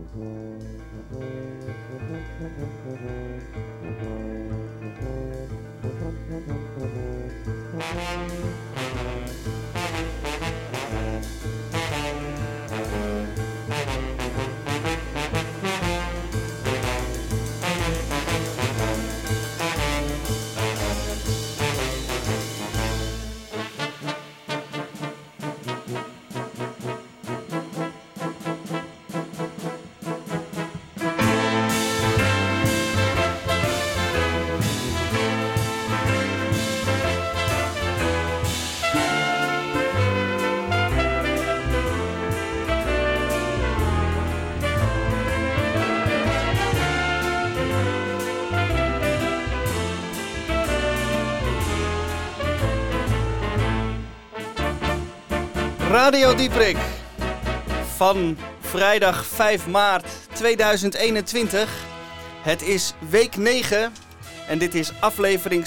Radio Dieprik van vrijdag 5 maart 2021. Het is week 9 en dit is aflevering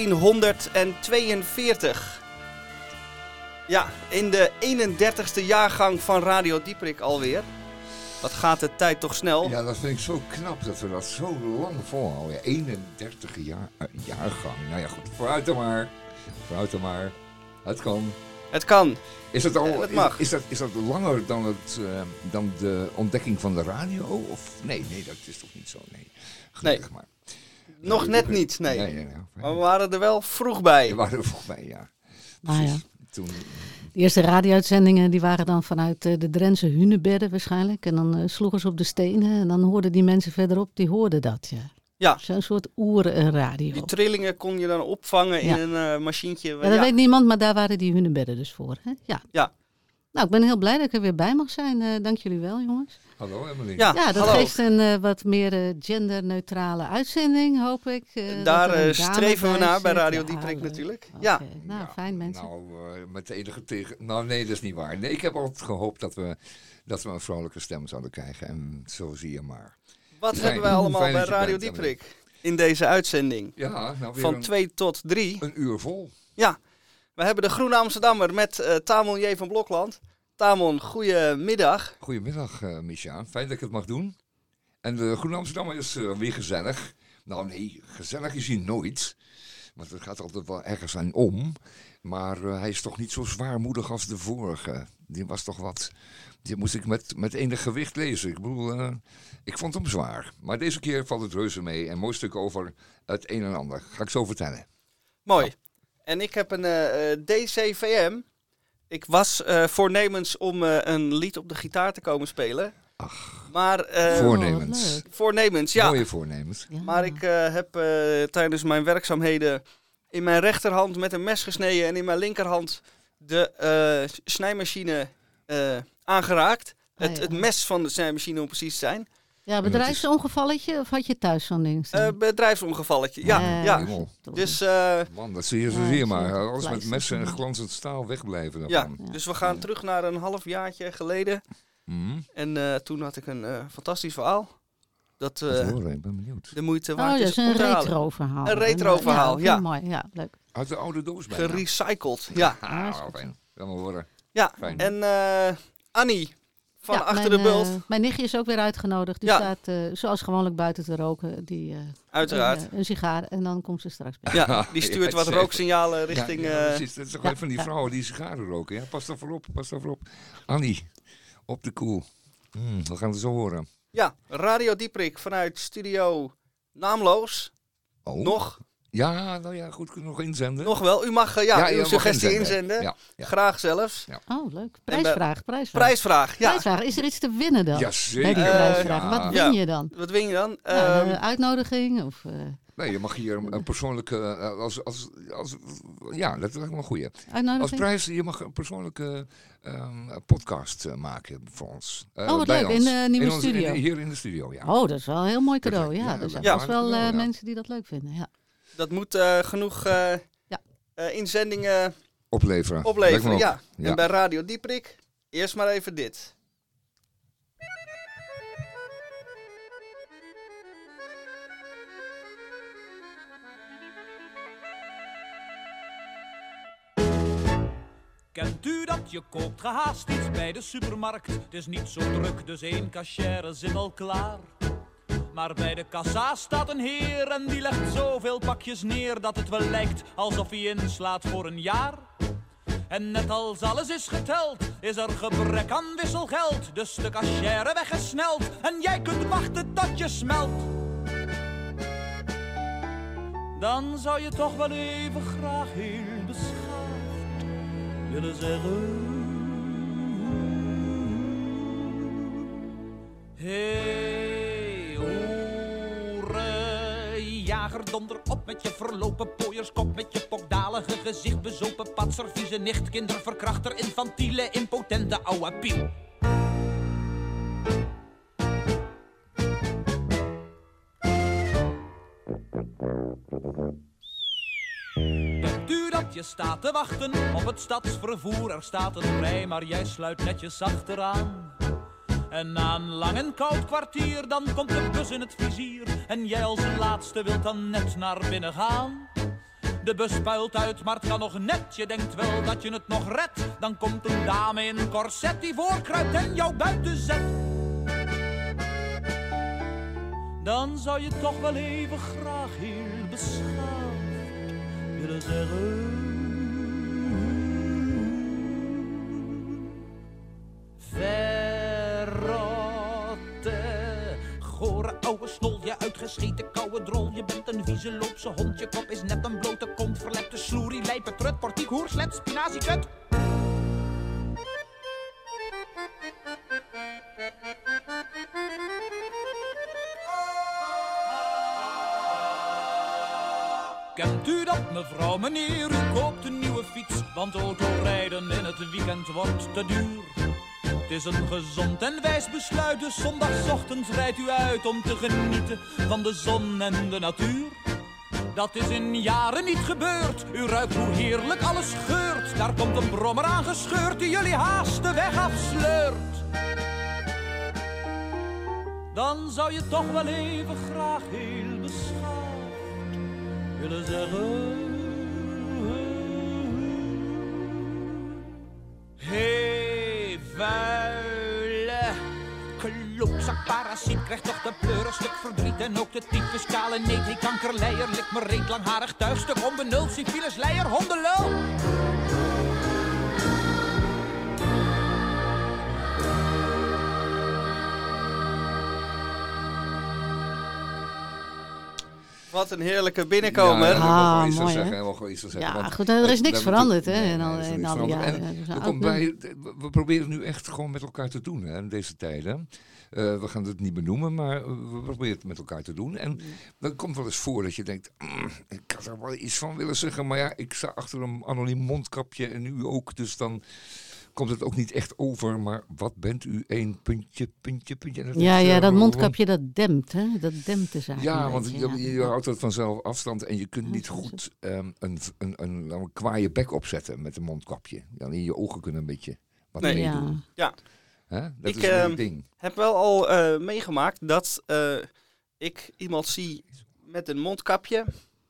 1642. Ja, in de 31ste jaargang van Radio Dieprik alweer. Wat gaat de tijd toch snel? Ja, dat vind ik zo knap dat we dat zo lang volhouden. 31 jaargang. Nou ja, goed. Vooruit dan maar. Het kan. Het kan. Is dat al? Het mag. Is dat langer dan de ontdekking van de radio? Of nee, dat is toch niet zo. Nee. Gelukkig maar. Nog net niet, nee. Nee. Maar we waren er wel vroeg bij. We waren er vroeg bij, ja. Ah, ja. Toen... De eerste radio-uitzendingen die waren dan vanuit de Drentse hunebedden waarschijnlijk. En dan sloegen ze op de stenen en dan hoorden die mensen verderop, die hoorden dat, ja. Ja. Zo'n soort oerradio. Die trillingen kon je dan opvangen in een machientje. Ja, dat weet niemand, maar daar waren die hunebedden dus voor. Hè? Ja. Nou, ik ben heel blij dat ik er weer bij mag zijn. Dank jullie wel, jongens. Hallo, Emily. Ja, dat hallo. geeft een wat meer genderneutrale uitzending, hoop ik. Daar streven we naar bij zit. Radio Ja, Dieprik leuk. natuurlijk. Oké, Ja. Nou, fijn mensen. Nou, met de enige tegen... Nou, nee, dat is niet waar. Nee, ik heb altijd gehoopt dat we een vrolijke stem zouden krijgen. En zo zie je maar. Wat Fijn. hebben wij allemaal Fijn bij dat je Radio bent, Dieprik in deze uitzending? Ja, nou weer Van 2 tot 3. een uur vol. Ja, we hebben de Groene Amsterdammer met Tamon J. van Blokland. Tamon, goedemiddag. Goedemiddag, Misha. Fijn dat ik het mag doen. En de Groene Amsterdammer is weer gezellig. Nou nee, gezellig is hij nooit. Want het gaat altijd wel ergens aan om. Maar hij is toch niet zo zwaarmoedig als de vorige. Die was toch wat... Die moest ik met enig gewicht lezen. Ik bedoel, ik vond hem zwaar. Maar deze keer valt het reuze mee. En een mooi stuk over het een en ander. Ga ik zo vertellen. Mooi. En ik heb een DCVM. Ik was voornemens om een lied op de gitaar te komen spelen. Ach, maar, voornemens. wat leuk. Voornemens, ja. Mooie voornemens. Ja. Maar ik heb tijdens mijn werkzaamheden in mijn rechterhand met een mes gesneden en in mijn linkerhand de snijmachine aangeraakt. Ja. Het mes van de snijmachine om precies te zijn. Ja, bedrijfsongevalletje of had je thuis zo'n ding staan? Bedrijfsongevalletje, ja. Hemel. Dus, Man, dat zie je zo Ja, zie je zo maar. Alles met pleister. messen en glanzend staal wegblijven ja, daarvan. dus we gaan terug naar een halfjaartje geleden. Mhm. En toen had ik een fantastisch verhaal. Dat Dat horen, ik ben benieuwd. de moeite Oh, waard dat is is een om te halen. retro-verhaal. Een retro-verhaal, ja. Mooi, ja, leuk. Uit de oude doos bijna. Gerecycled, ja. Ah, fijn. Kan wel worden. Ja, Fijn. en Annie van Ja, Achter mijn, de Bult, mijn nichtje is ook weer uitgenodigd. Die Ja. staat zoals gewoonlijk buiten te roken. Die, uiteraard. Een sigaar en dan komt ze straks bij. Ja, die stuurt wat rooksignalen Ja, richting... ja, precies. Dat is toch ja, een van die vrouwen die sigaren roken. Ja, pas daar voorop. Annie, op de koel. We gaan het zo horen. Ja, Radio Dieprik vanuit studio Naamloos. Oh. Nog Ja, nou ja, goed, kunnen we nog inzenden. Nog wel. U mag je uw mag suggestie inzenden. Ja, ja. Graag zelfs. Ja. Oh, leuk. Prijsvraag. Prijsvraag, ja. Prijsvraag. Is er iets te winnen dan? Jazeker. Bij die prijsvraag. Ja. Wat Ja. win je dan? Wat win je dan? Ja, een uitnodiging? Of, Nee, je mag hier een persoonlijke... ja, dat is wel een goeie. Als uitnodiging? prijs, je mag een persoonlijke podcast maken voor ons. Wat bij leuk, ons. in de nieuwe ons- studio. hier in de studio, ja. Oh, dat is wel een heel mooi cadeau. Ja, Ja, dat er is zijn een vast wel cadeau, ja. mensen die dat leuk vinden. Ja. Dat moet genoeg inzendingen Opleveren. Lijkt me opleveren, ook. ja. Ja. En bij Radio Dieprik, eerst maar even dit. Kent u dat? Je koopt gehaast iets bij de supermarkt. Het is niet zo druk, dus 1 cashier zit al klaar. Maar bij de kassa staat een heer en die legt zoveel pakjes neer dat het wel lijkt alsof hij inslaat voor een jaar. En net als alles is geteld, is er gebrek aan wisselgeld. Dus de cashier weggesneld en jij kunt wachten tot je smelt. Dan zou je toch wel even graag heel beschaafd willen zeggen: hey, hoerenjager, donder op met je verlopen pooierskop, met je pokdalige gezicht, bezopen patser, vieze nicht, kinderverkrachter, infantiele, impotente ouwe piel. Kent u dat je staat te wachten op het stadsvervoer? Er staat een rij, maar jij sluit netjes achteraan. En na een lang en koud kwartier, dan komt de bus in het vizier. En jij als laatste wilt dan net naar binnen gaan. De bus puilt uit, maar het kan nog net. Je denkt wel dat je het nog redt. Dan komt een dame in een corset die voorkruipt en jou buiten zet. Dan zou je toch wel even graag heel beschaafd willen zeggen: verrotte, gore ouwe snol, je uitgescheten koude drol. Je bent een vieze loopse hond, je kop is net een blote kont. Verlepte sloerie, lijpe trut, portiek, hoer, slet, spinaziekut. Kent u dat, mevrouw, meneer? U koopt een nieuwe fiets, want autorijden in het weekend wordt te duur. Het is een gezond en wijs besluit, dus zondagochtends rijdt u uit om te genieten van de zon en de natuur. Dat is in jaren niet gebeurd, u ruikt hoe heerlijk alles geurt. Daar komt een brommer aangescheurd die jullie haast de weg afsleurt. Dan zou je toch wel even graag heel beschaafd willen zeggen: hey, vuile klootzak, parasiet, krijgt toch de pleuren, stuk verdriet en ook de tyfus, kale neet, die kankerleier, lik me reet, langharig tuigstuk, onbenuld, syfilis, leier, hondenlul. Wat een heerlijke binnenkomer. Ja, iets te mooi, zeggen, hè? wel gewoon iets te zeggen. Ja, want goed, er is niks we veranderd, hè? nee, in er is al niks die veranderd. jaren. En Dus een er oud komt bij, we proberen nu echt gewoon met elkaar te doen, hè, in deze tijden. We gaan het niet benoemen, maar we proberen het met elkaar te doen. En dan komt wel eens voor dat je denkt: ik had er wel iets van willen zeggen, maar ja, ik sta achter een anoniem mondkapje en u ook, dus dan komt het ook niet echt over. Maar wat bent u? Een puntje. En dat Ja, is, dat mondkapje dat dempt, hè? Dat dempt de zaak. ja, een want beetje, je houdt het vanzelf afstand en je kunt niet goed een kwaaie bek opzetten met een mondkapje. Dan in je ogen kunnen een beetje wat Nee. meedoen. Ja. Hè? Dat Ik, is een ding. Heb wel al meegemaakt dat ik iemand zie met een mondkapje.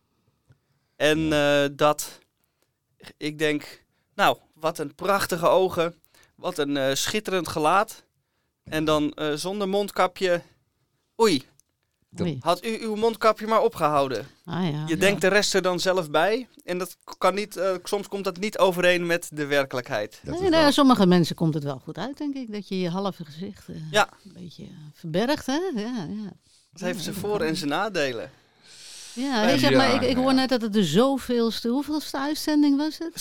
En dat ik denk: nou, wat een prachtige ogen. Wat een schitterend gelaat. En dan zonder mondkapje. Oei, Oei. had u uw mondkapje maar opgehouden. Je denkt de rest er dan zelf bij. En dat kan niet, soms komt dat niet overeen met de werkelijkheid. Nee, sommige mensen komt het wel goed uit, denk ik. Dat je je halve gezicht een beetje verbergt, hè? Ja. Dat heeft zijn voor- en zijn nadelen. Ja, hey, zeg maar, ik hoor net dat het de zoveelste... Hoeveelste uitzending was het?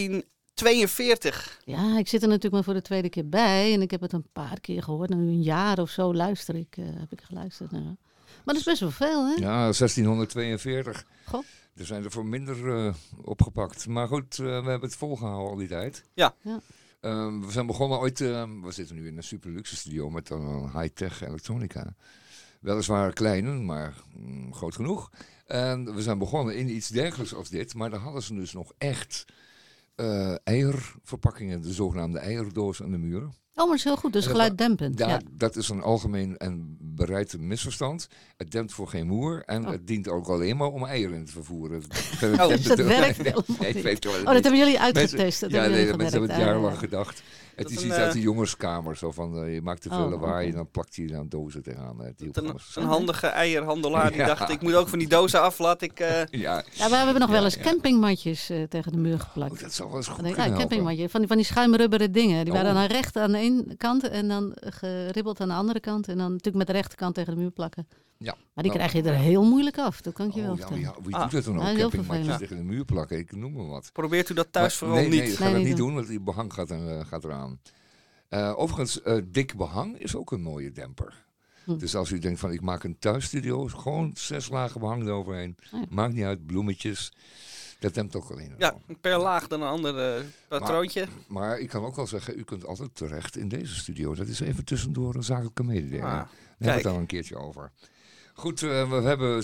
1642. Ja, ik zit er natuurlijk maar voor de tweede keer bij. En ik heb het een paar keer gehoord. Nu een jaar of zo heb ik geluisterd naar. Maar dat is best wel veel, hè? Ja, 1642. Goh. Er zijn er voor minder opgepakt. Maar goed, we hebben het volgehouden al die tijd. Ja. We zijn begonnen ooit... we zitten nu in een super luxe studio met een high-tech elektronica. Weliswaar klein, maar groot genoeg. En we zijn begonnen in iets dergelijks als dit. Maar daar hadden ze dus nog echt eierverpakkingen. De zogenaamde eierdoos aan de muren. Oh, maar is heel goed. Dus geluiddempend. Ja. Dat is een algemeen en bereid misverstand. Het dempt voor geen moer. En het dient ook alleen maar om eieren te vervoeren. Dus dat werkt helemaal niet. Dat hebben jullie uitgetest. Mensen hebben het jarenlang gedacht. Het is iets uit de jongenskamer. Zo van, je maakt te veel lawaai en dan plakt hij dan dozen tegenaan. Een handige eierhandelaar die dacht, ik moet ook van die dozen af, laat ik... Ja, we hebben nog wel eens campingmatjes tegen de muur geplakt. Dat zou wel eens goed kunnen campingmatje. Van die schuimrubberen dingen. Die waren dan recht aan de ene kant en dan geribbeld aan de andere kant. En dan natuurlijk met de rechterkant tegen de muur plakken. Ja. Maar die krijg je er heel moeilijk af, dat kan ik je wel vertellen. Ja, wie doet dat dan ook? Campingmatjes tegen de muur plakken, ik noem maar wat. Probeert u dat thuis vooral niet? Nee, ga dat niet doen, want die behang gaat eraan. Overigens, dik behang is ook een mooie demper. Dus als u denkt van ik maak een thuisstudio, gewoon 6 lagen behang eroverheen. Maakt niet uit, bloemetjes. Dat dempt ook alleen. Ja, per laag dan een ander patroontje. Maar ik kan ook wel zeggen, u kunt altijd terecht in deze studio. Dat is even tussendoor een zakelijke mededeling. Daar hebben we het dan een keertje over. Goed, we hebben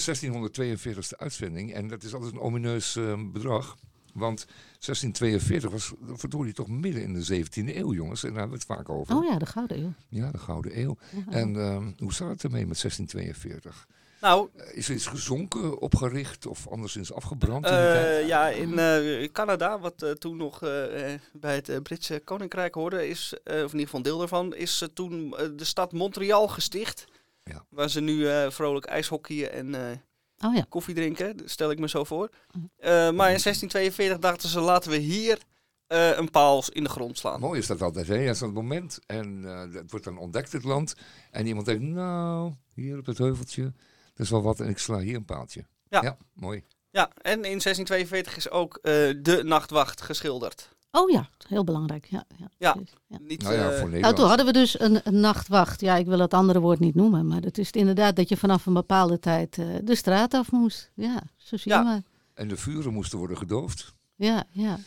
1642e uitzending. En dat is altijd een omineus bedrag. Want 1642 was verdorie toch midden in de 17e eeuw, jongens. En daar hebben we het vaak over. Oh ja, de Gouden Eeuw. Ja, de Gouden Eeuw. En hoe staat het ermee met 1642? Nou, is er iets gezonken, opgericht of anderszins afgebrand? Ja, in Canada, wat toen nog bij het Britse Koninkrijk hoorde, is, of in ieder geval een deel daarvan, is toen de stad Montreal gesticht. Ja. Waar ze nu vrolijk ijshockeyen en koffie drinken, stel ik me zo voor. Maar in 1642 dachten ze, laten we hier een paal in de grond slaan. Mooi is dat altijd, hè? Dat is dat moment en het wordt dan ontdekt, het land. En iemand denkt, nou, hier op het heuveltje, dat is wel wat en ik sla hier een paaltje. Ja, mooi. Ja, en in 1642 is ook de nachtwacht geschilderd. Oh ja, heel belangrijk. Ja. Niet, voor Nederland. Toen hadden we dus een nachtwacht. Ja, ik wil het andere woord niet noemen. Maar het is inderdaad dat je vanaf een bepaalde tijd de straat af moest. Ja, zo zie je maar. En de vuren moesten worden gedoofd. Ja.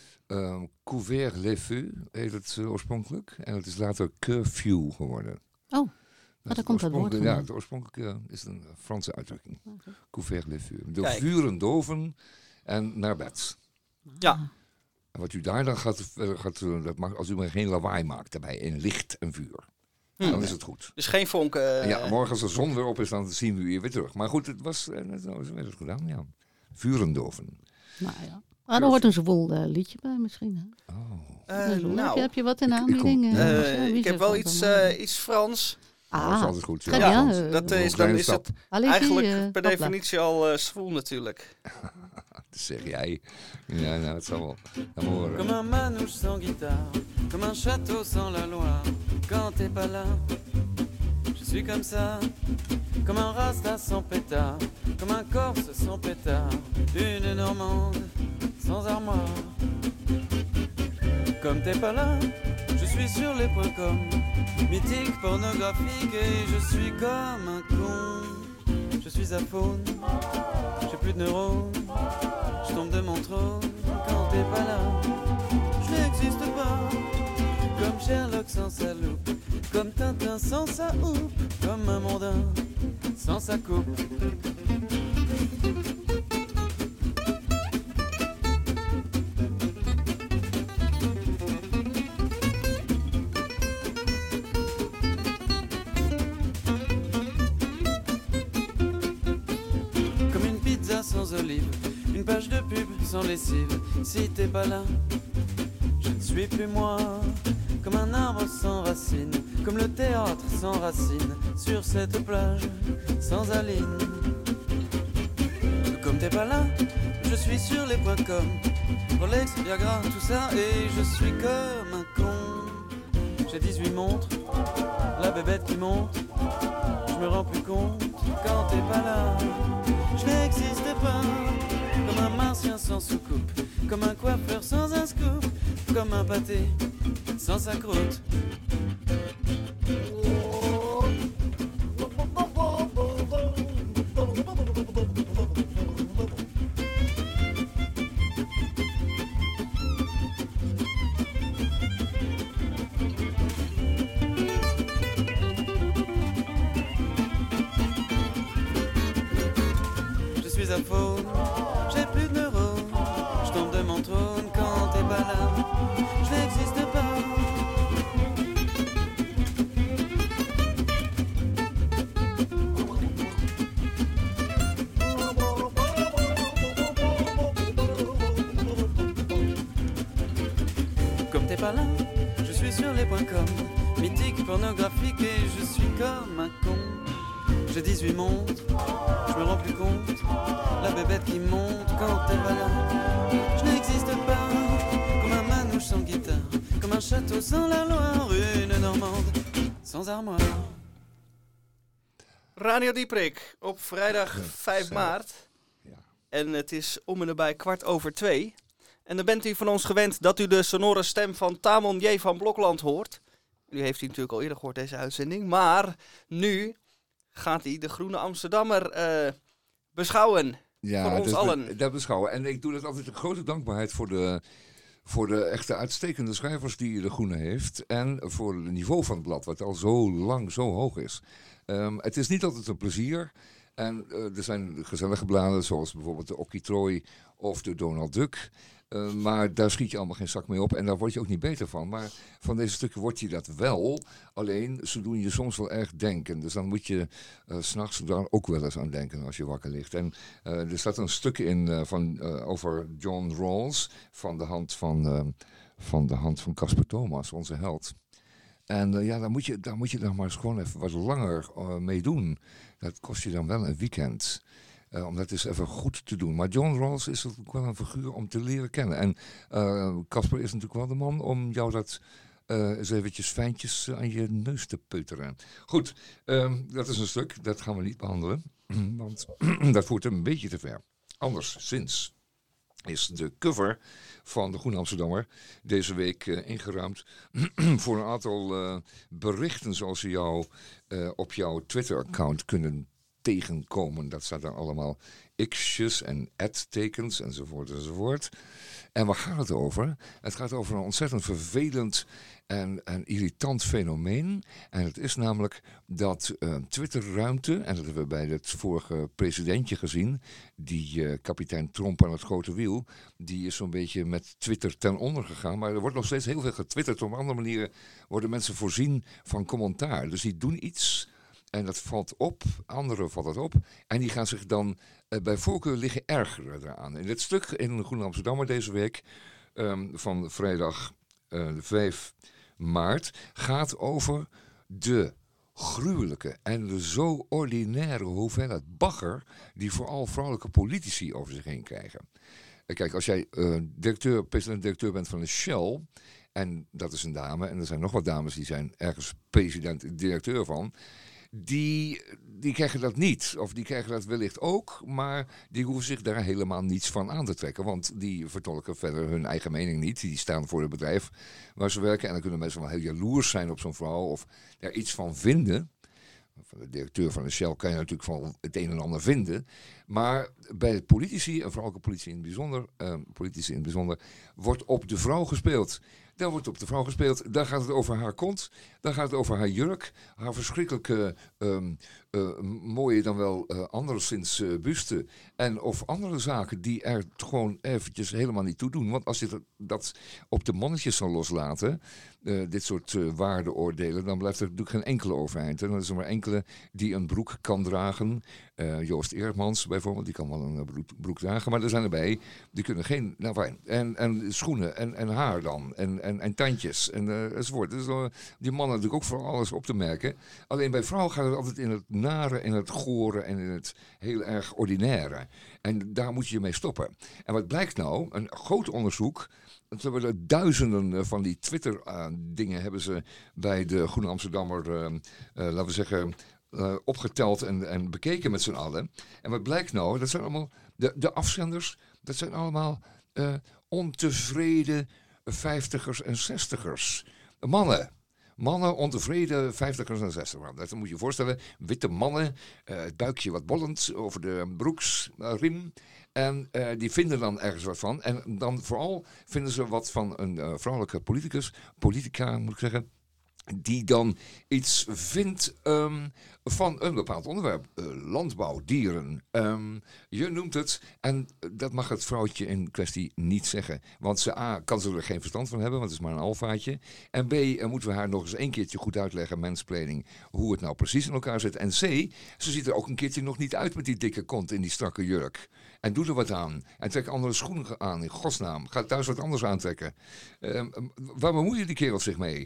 Couvert les feux heet het oorspronkelijk. En het is later curfew geworden. Oh, daar komt dat woord van. Ja, het oorspronkelijk is een Franse uitdrukking. Okay. Couvert les feux. De vuren doven en naar bed. Ja. En wat u daar dan gaat dat mag, als u maar geen lawaai maakt daarbij, in licht en vuur. Dan is het goed. Dus geen vonken. Ja, morgen als de zon weer op is, dan zien we u weer terug. Maar goed, het was, zo werd het gedaan, ja. Vurendoven. Nou ja. Maar er hoort een zwoel liedje bij misschien. Hè? Nou, heb je wat in aanbieding? Ik heb wel iets Frans. Dat is altijd goed. Dan is het eigenlijk per definitie al zwoel natuurlijk. Dat zeg jij. Ja, nou, het zal wel. Horen. Comme un manouche sans guitare, comme un château sans la Loire. Quand t'es pas là, je suis comme ça. Comme un rasta sans pétard, comme un corse sans pétard. Une normande sans armoire. Comme t'es pas là, je suis sur les points com. Mythique, pornographique et je suis comme un con. Je suis aphone, j'ai plus de neurones. Je tombe de mon trône quand t'es pas là. Je n'existe pas. Comme Sherlock sans sa loupe, comme Tintin sans sa houppe, comme un mondain sans sa coupe. Comme une pizza sans olive, une page de pub sans lessive. Si t'es pas là, je ne suis plus moi. Comme un arbre sans racines, comme le théâtre sans racines. Sur cette plage sans aline. Comme t'es pas là, je suis sur les points com. Rolex, Viagra, tout ça et je suis comme un con. J'ai 18 montres, la bébête qui monte. Je me rends plus compte quand t'es pas là. Je n'existe pas. Comme un martien sans soucoupe, comme un coiffeur sans un scoop, comme un pâté sans sa croûte. Je suis un faux, j'ai plus de neurones. Je tombe de mon trône quand t'es pas là. Je n'existe pas. les points com, mythique, pornographique et je suis comme un con. J'ai 18 montres, je me rends plus compte, la bébête qui monte quand elle va là. Je n'existe pas, comme un manouche sans guitare, comme un château sans la Loire, une Normande sans armoire. Radio Dieprik op vrijdag 5 maart. Ja. En het is om en nabij 2:15. En dan bent u van ons gewend dat u de sonore stem van Tamon J. van Blokland hoort. Nu heeft u natuurlijk al eerder gehoord deze uitzending. Maar nu gaat hij de Groene Amsterdammer beschouwen. Ja, voor ons allen. Dat beschouwen. En ik doe dat altijd een grote dankbaarheid voor de echte uitstekende schrijvers die de Groene heeft. En voor het niveau van het blad, wat al zo lang zo hoog is. Het is niet altijd een plezier. En er zijn gezellige bladen, zoals bijvoorbeeld de Okkitrooi of de Donald Duck. Maar daar schiet je allemaal geen zak mee op en daar word je ook niet beter van. Maar van deze stukken word je dat wel. Alleen, ze doen je soms wel erg denken. Dus dan moet je 's nachts daar ook wel eens aan denken als je wakker ligt. En er staat een stuk in over John Rawls van de hand van Casper Thomas, onze held. En daar moet je dan maar eens gewoon even wat langer mee doen. Dat kost je dan wel een weekend. Om dat eens even goed te doen. Maar John Rawls is ook wel een figuur om te leren kennen. En Casper is natuurlijk wel de man om jou dat eens eventjes fijntjes aan je neus te peuteren. Goed, dat is een stuk. Dat gaan we niet behandelen. Want dat voert een beetje te ver. Anderszins is de cover van de Groene Amsterdammer deze week ingeruimd voor een aantal berichten zoals ze jou op jouw Twitter-account kunnen tegenkomen. Dat staat dan allemaal x'jes en @tekens enzovoort enzovoort. En waar gaat het over? Het gaat over een ontzettend vervelend en irritant fenomeen. En het is namelijk dat Twitterruimte, en dat hebben we bij het vorige presidentje gezien, die kapitein Tromp aan het grote wiel, die is zo'n beetje met Twitter ten onder gegaan. Maar er wordt nog steeds heel veel getwitterd. Op andere manieren worden mensen voorzien van commentaar. Dus die doen iets en dat valt op, anderen valt het op. En die gaan zich dan bij voorkeur liggen ergeren daaraan. In dit stuk in de Groene Amsterdammer deze week, van vrijdag 5 maart, gaat over de gruwelijke en de zo ordinaire hoeveelheid bagger die vooral vrouwelijke politici over zich heen krijgen. Kijk, als jij president-directeur bent van een Shell, en dat is een dame, en er zijn nog wat dames die zijn ergens president-directeur van, die krijgen dat niet. Of die krijgen dat wellicht ook, maar die hoeven zich daar helemaal niets van aan te trekken. Want die vertolken verder hun eigen mening niet. Die staan voor het bedrijf waar ze werken. En dan kunnen mensen wel heel jaloers zijn op zo'n vrouw of er iets van vinden. Van de directeur van de Shell kan je natuurlijk van het een en ander vinden. Maar bij politici, en vooral politici in het bijzonder, wordt op de vrouw gespeeld. Daar wordt op de vrouw gespeeld. Daar gaat het over haar kont. Daar gaat het over haar jurk. Haar verschrikkelijke, mooie dan wel anderszins buste. En of andere zaken die er gewoon eventjes helemaal niet toe doen. Want als je dat op de mannetjes zal loslaten, dit soort waardeoordelen, dan blijft er natuurlijk geen enkele overeind. En dan is er maar enkele die een broek kan dragen. Joost Eerdmans bijvoorbeeld, die kan wel een broek dragen. Maar er zijn erbij, die kunnen geen, nou fijn. En schoenen en haar dan. En tandjes enzovoort. Dus die mannen natuurlijk ook voor alles op te merken. Alleen bij vrouwen gaat het altijd in het nare, in het gore en in het heel erg ordinaire. En daar moet je mee stoppen. En wat blijkt nou? Een groot onderzoek. Ze hebben duizenden van die Twitter-dingen hebben ze bij de Groene Amsterdammer, laten we zeggen, opgeteld en bekeken met z'n allen. En wat blijkt nou? Dat zijn allemaal de afzenders. Dat zijn allemaal ontevreden 50ers en 60ers. Mannen, ontevreden 50ers en 60ers. Dat moet je je voorstellen. Witte mannen, het buikje wat bollend over de broeksriem. En die vinden dan ergens wat van. En dan vooral vinden ze wat van een vrouwelijke politica moet ik zeggen, die dan iets vindt van een bepaald onderwerp. Landbouw, dieren. Je noemt het. En dat mag het vrouwtje in kwestie niet zeggen. Want A, kan ze er geen verstand van hebben, want het is maar een alfaatje. En B, moeten we haar nog eens een keertje goed uitleggen, mansplaining, hoe het nou precies in elkaar zit. En C, ze ziet er ook een keertje nog niet uit met die dikke kont in die strakke jurk. En doe er wat aan. En trek andere schoenen aan, in godsnaam. Ga thuis wat anders aantrekken. Waar bemoeien die kerels zich mee?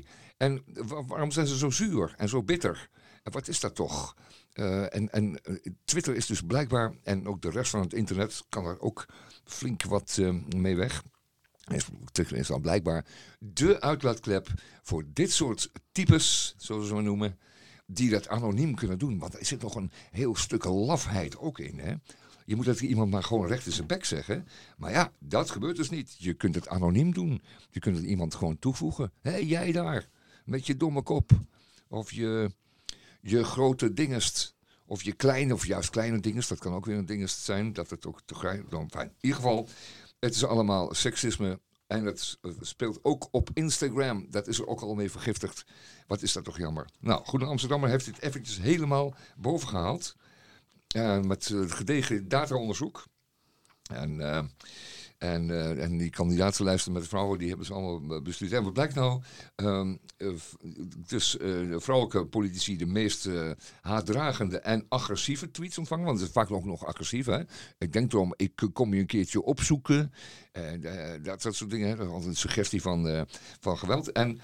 En waarom zijn ze zo zuur en zo bitter? En wat is dat toch? En Twitter is dus blijkbaar, en ook de rest van het internet kan er ook flink wat mee weg. Twitter is dan blijkbaar de uitlaatklep voor dit soort types, zoals we noemen, die dat anoniem kunnen doen. Want er zit nog een heel stuk lafheid ook in, hè? Je moet dat iemand maar gewoon recht in zijn bek zeggen. Maar ja, dat gebeurt dus niet. Je kunt het anoniem doen. Je kunt het iemand gewoon toevoegen. Hé, jij daar, met je domme kop. Of je grote dingest. Of je kleine, of juist kleine dingest. Dat kan ook weer een dingest zijn. Dat het ook te grijpen. Fijn. In ieder geval, het is allemaal seksisme. En het speelt ook op Instagram. Dat is er ook al mee vergiftigd. Wat is dat toch jammer. Nou, Goede Amsterdammer heeft dit eventjes helemaal boven gehaald. Met gedegen dataonderzoek. En die kandidatenlijsten met vrouwen, die hebben ze allemaal bestuurd. En wat blijkt nou? Vrouwelijke politici de meest haatdragende en agressieve tweets ontvangen. Want het is vaak ook nog agressief. Hè? Ik denk erom, ik kom je een keertje opzoeken. Dat soort dingen. Hè? Dat is altijd een suggestie van geweld. En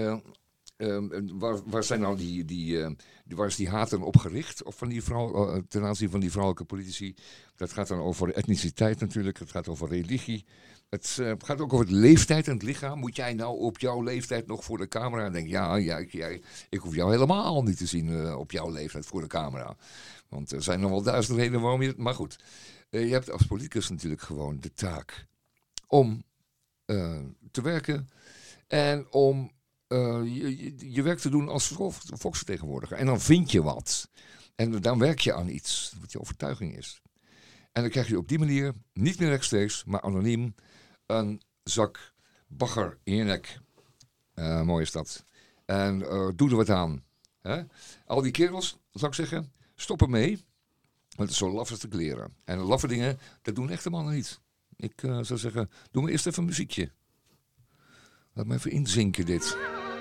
waar zijn nou waar is die haat dan op gericht? Of van die vrouw, ten aanzien van die vrouwelijke politici? Dat gaat dan over etniciteit natuurlijk. Het gaat over religie. Het gaat ook over de leeftijd en het lichaam. Moet jij nou op jouw leeftijd nog voor de camera? En denk ik hoef jou helemaal niet te zien op jouw leeftijd voor de camera. Want er zijn nog wel duizend redenen waarom je... Maar goed, je hebt als politicus natuurlijk gewoon de taak om te werken en om je werk te doen als volksvertegenwoordiger. En dan vind je wat. En dan werk je aan iets, wat je overtuiging is. En dan krijg je op die manier, niet meer rechtstreeks, maar anoniem, een zak bagger in je nek. Mooi is dat. En doe er wat aan. Hè? Al die kerels, zou ik zeggen, stop ermee. Want het is zo laf als te kleren. En laffe dingen, dat doen echte mannen niet. Ik zou zeggen, doe maar eerst even een muziekje. Laat me even inzinken dit.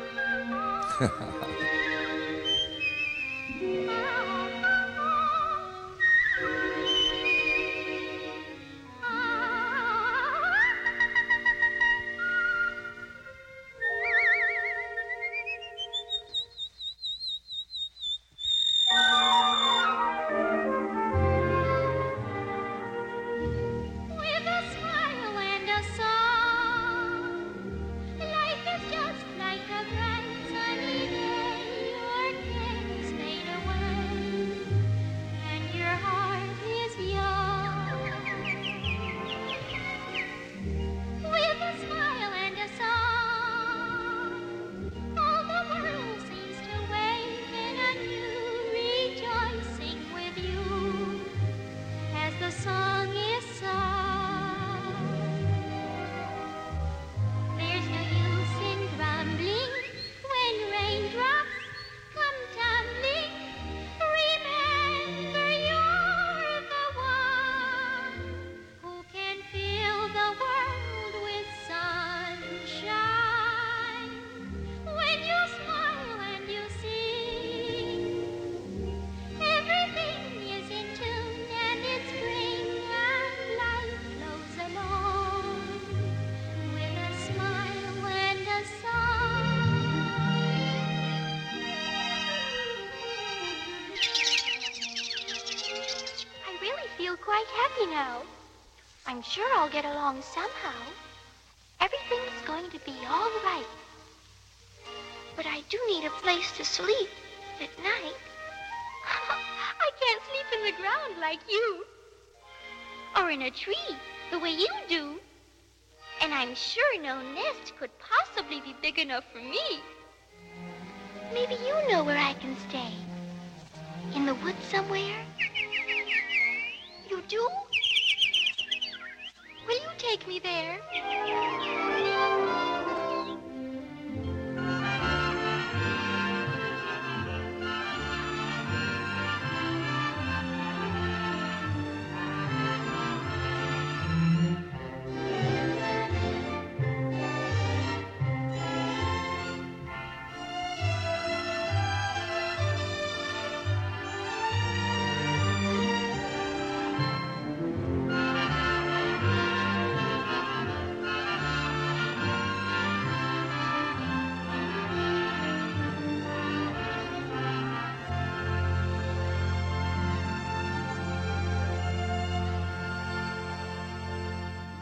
Now. I'm sure I'll get along somehow. Everything's going to be all right. But I do need a place to sleep at night. I can't sleep in the ground like you. Or in a tree, the way you do. And I'm sure no nest could possibly be big enough for me. Maybe you know where I can stay. In the woods somewhere? You do? Will you take me there?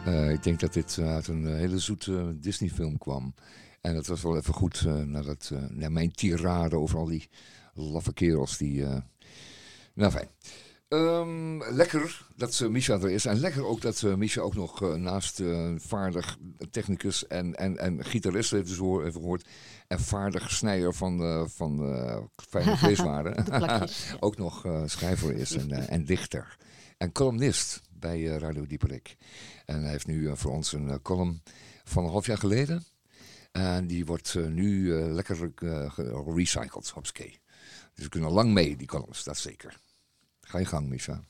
Ik denk dat dit uit een hele zoete Disney-film kwam. En dat was wel even goed nadat mijn tirade over al die laffe kerels die... nou, fijn. Lekker dat Misha er is. En lekker ook dat Misha ook nog naast vaardig technicus en gitarist, heeft dus even gehoord, en vaardig snijder van fijne vleeswaren, ook nog schrijver is en dichter. En columnist bij Radio Dieperik. En hij heeft nu voor ons een column van een half jaar geleden. En die wordt nu lekker gerecycled, hopsakee. Dus we kunnen lang mee, die columns, dat zeker. Ga je gang, Misha.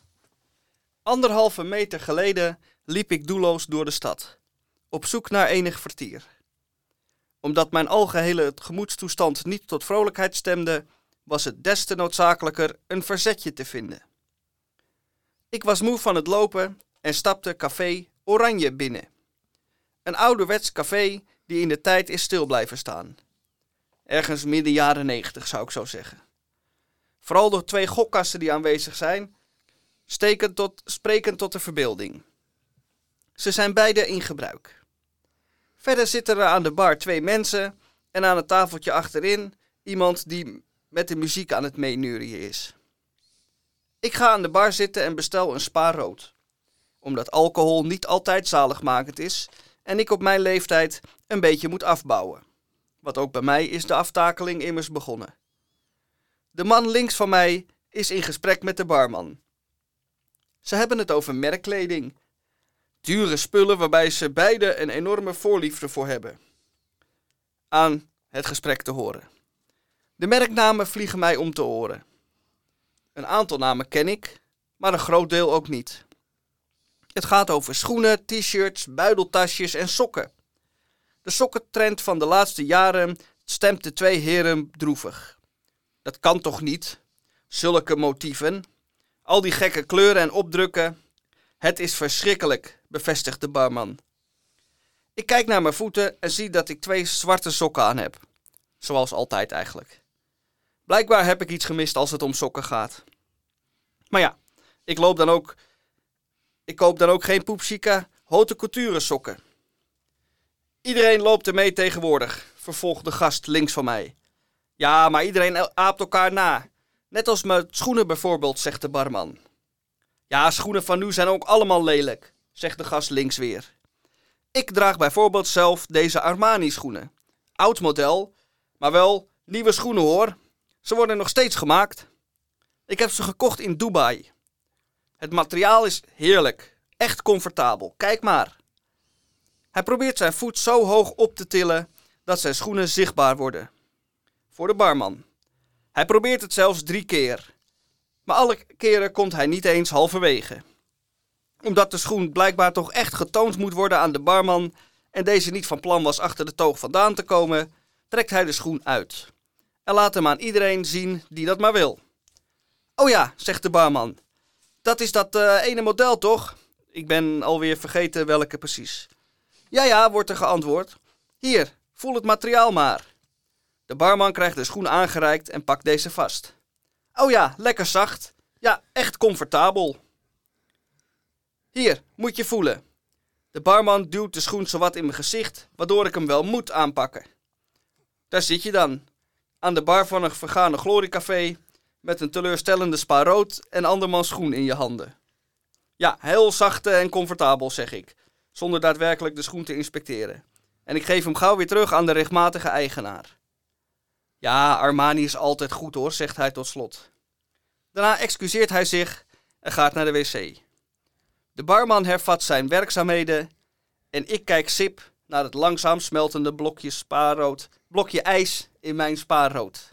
1,5 meter geleden liep ik doelloos door de stad, op zoek naar enig vertier. Omdat mijn algehele gemoedstoestand niet tot vrolijkheid stemde, was het des te noodzakelijker een verzetje te vinden. Ik was moe van het lopen en stapte café Oranje binnen. Een ouderwets café die in de tijd is stil blijven staan. Ergens midden jaren 90 zou ik zo zeggen. Vooral door 2 gokkassen die aanwezig zijn, spreken tot de verbeelding. Ze zijn beide in gebruik. Verder zitten er aan de bar 2 mensen en aan het tafeltje achterin iemand die met de muziek aan het meeneurien is. Ik ga aan de bar zitten en bestel een Spa rood. Omdat alcohol niet altijd zaligmakend is en ik op mijn leeftijd een beetje moet afbouwen. Want ook bij mij is de aftakeling immers begonnen. De man links van mij is in gesprek met de barman. Ze hebben het over merkkleding. Dure spullen waarbij ze beide een enorme voorliefde voor hebben. Aan het gesprek te horen. De merknamen vliegen mij om de oren. Een aantal namen ken ik, maar een groot deel ook niet. Het gaat over schoenen, t-shirts, buideltasjes en sokken. De sokkentrend van de laatste jaren stemt de 2 heren droevig. Dat kan toch niet? Zulke motieven. Al die gekke kleuren en opdrukken. Het is verschrikkelijk, bevestigt de barman. Ik kijk naar mijn voeten en zie dat ik 2 zwarte sokken aan heb. Zoals altijd eigenlijk. Blijkbaar heb ik iets gemist als het om sokken gaat. Maar ja, ik koop dan ook geen poepchica haute couture sokken. Iedereen loopt ermee tegenwoordig, vervolgt de gast links van mij. Ja, maar iedereen aapt elkaar na. Net als met schoenen bijvoorbeeld, zegt de barman. Ja, schoenen van nu zijn ook allemaal lelijk, zegt de gast links weer. Ik draag bijvoorbeeld zelf deze Armani schoenen. Oud model, maar wel nieuwe schoenen hoor. Ze worden nog steeds gemaakt. Ik heb ze gekocht in Dubai. Het materiaal is heerlijk, echt comfortabel, kijk maar. Hij probeert zijn voet zo hoog op te tillen dat zijn schoenen zichtbaar worden. Voor de barman. Hij probeert het zelfs 3 keer. Maar alle keren komt hij niet eens halverwege. Omdat de schoen blijkbaar toch echt getoond moet worden aan de barman en deze niet van plan was achter de toog vandaan te komen, trekt hij de schoen uit. En laat hem aan iedereen zien die dat maar wil. Oh ja, zegt de barman. Dat is dat ene model toch? Ik ben alweer vergeten welke precies. Ja, wordt er geantwoord. Hier, voel het materiaal maar. De barman krijgt de schoen aangereikt en pakt deze vast. Oh ja, lekker zacht. Ja, echt comfortabel. Hier, moet je voelen. De barman duwt de schoen zowat in mijn gezicht, waardoor ik hem wel moet aanpakken. Daar zit je dan, aan de bar van een vergane gloriecafé, met een teleurstellende Spa rood en andermans schoen in je handen. Ja, heel zacht en comfortabel, zeg ik, zonder daadwerkelijk de schoen te inspecteren. En ik geef hem gauw weer terug aan de rechtmatige eigenaar. Ja, Armani is altijd goed hoor, zegt hij tot slot. Daarna excuseert hij zich en gaat naar de wc. De barman hervat zijn werkzaamheden en ik kijk sip naar het langzaam smeltende blokje ijs in mijn Spa rood.